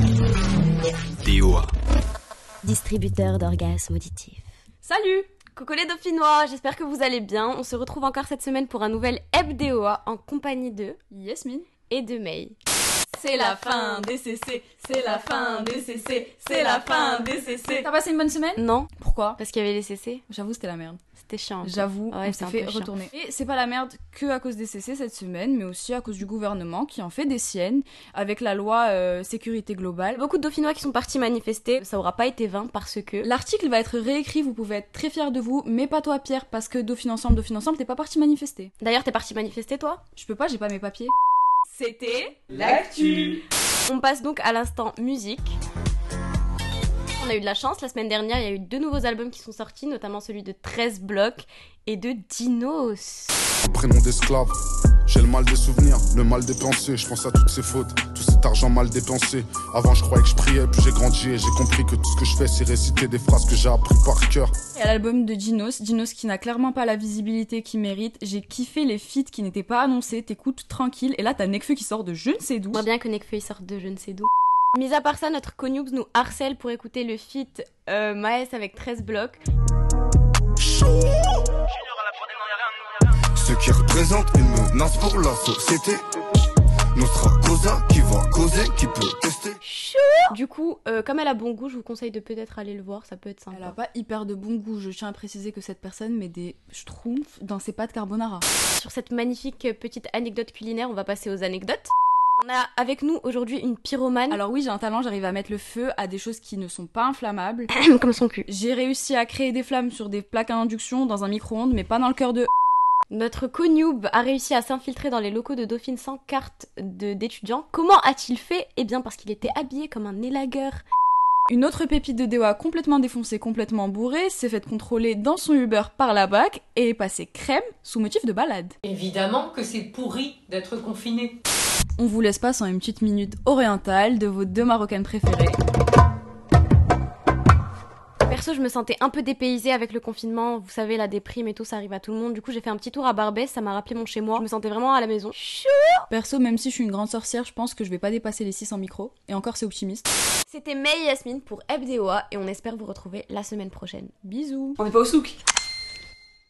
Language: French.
DOA. Distributeur d'orgasmes auditifs. Salut, coucou les dauphinois, j'espère que vous allez bien. On se retrouve encore cette semaine pour un nouvel DOA en compagnie de Yasmine et de May. C'est la fin des CC, c'est la fin des CC, c'est la fin des CC. T'as passé une bonne semaine? Non, Pourquoi? parce qu'il y avait les CC. J'avoue, c'était la merde. C'était chiant. J'avoue, Ouais, on c'est s'est un fait peu chiant. retourner. Et c'est pas la merde que à cause des CC cette semaine, mais aussi à cause du gouvernement qui en fait des siennes avec la loi sécurité globale. Beaucoup de dauphinois qui sont partis manifester, ça aura pas été vain parce que... L'article va être réécrit, vous pouvez être très fiers de vous, mais pas toi Pierre, parce que Dauphine Ensemble, t'es pas parti manifester. D'ailleurs, t'es parti manifester toi? Je peux pas, j'ai pas mes papiers. C'était l'actu. On passe donc à l'instant musique. On a eu de la chance, la semaine dernière, il y a eu 2 nouveaux albums qui sont sortis, notamment celui de 13 blocs et de Dinos. Prénom d'esclave, j'ai le mal des souvenirs, le mal des pensées, je pense à toutes ces fautes, tout cet argent mal dépensé. Avant je croyais que je priais, puis j'ai grandi et j'ai compris que tout ce que je fais c'est réciter des phrases que j'ai appris par cœur. Et à l'album de Dinos qui n'a clairement pas la visibilité qu'il mérite, j'ai kiffé les feats qui n'étaient pas annoncés, t'écoutes tranquille, et là t'as Nekfeu qui sort de je ne sais d'où. J'aimerais bien que Nekfeu sorte de je ne sais d'où. Mis à part ça, notre Cognoobs nous harcèle pour écouter le feat Maes avec 13 blocs. Ce qui représente une menace pour la société. Nostra Cosa qui va causer, qui peut tester. Du coup, comme elle a bon goût, je vous conseille de peut-être aller le voir, ça peut être sympa. Elle a pas hyper de bon goût, je tiens à préciser que cette personne met des schtroumpfs dans ses pâtes carbonara. Sur cette magnifique petite anecdote culinaire, on va passer aux anecdotes. On a avec nous aujourd'hui une pyromane. Alors oui, j'ai un talent, j'arrive à mettre le feu à des choses qui ne sont pas inflammables. Comme son cul. J'ai réussi à créer des flammes sur des plaques à induction dans un micro-ondes, mais pas dans le cœur de... Notre Cognoub a réussi à s'infiltrer dans les locaux de Dauphine sans carte d'étudiant. Comment a-t-il fait? Eh bien parce qu'il était habillé comme un élagueur. Une autre pépite de DOA complètement défoncée, complètement bourrée, s'est faite contrôler dans son Uber par la BAC et est passée crème sous motif de balade. Évidemment que c'est pourri d'être confiné. On vous laisse pas sans une petite minute orientale de vos 2 marocaines préférées. Perso, je me sentais un peu dépaysée avec le confinement. Vous savez, la déprime et tout, ça arrive à tout le monde. Du coup, j'ai fait un petit tour à Barbès, ça m'a rappelé mon chez-moi. Je me sentais vraiment à la maison. Perso, même si je suis une grande sorcière, je pense que je vais pas dépasser les 600 micros. Et encore, c'est optimiste. C'était May et Yasmine pour DOA et on espère vous retrouver la semaine prochaine. Bisous. On n'est pas au souk.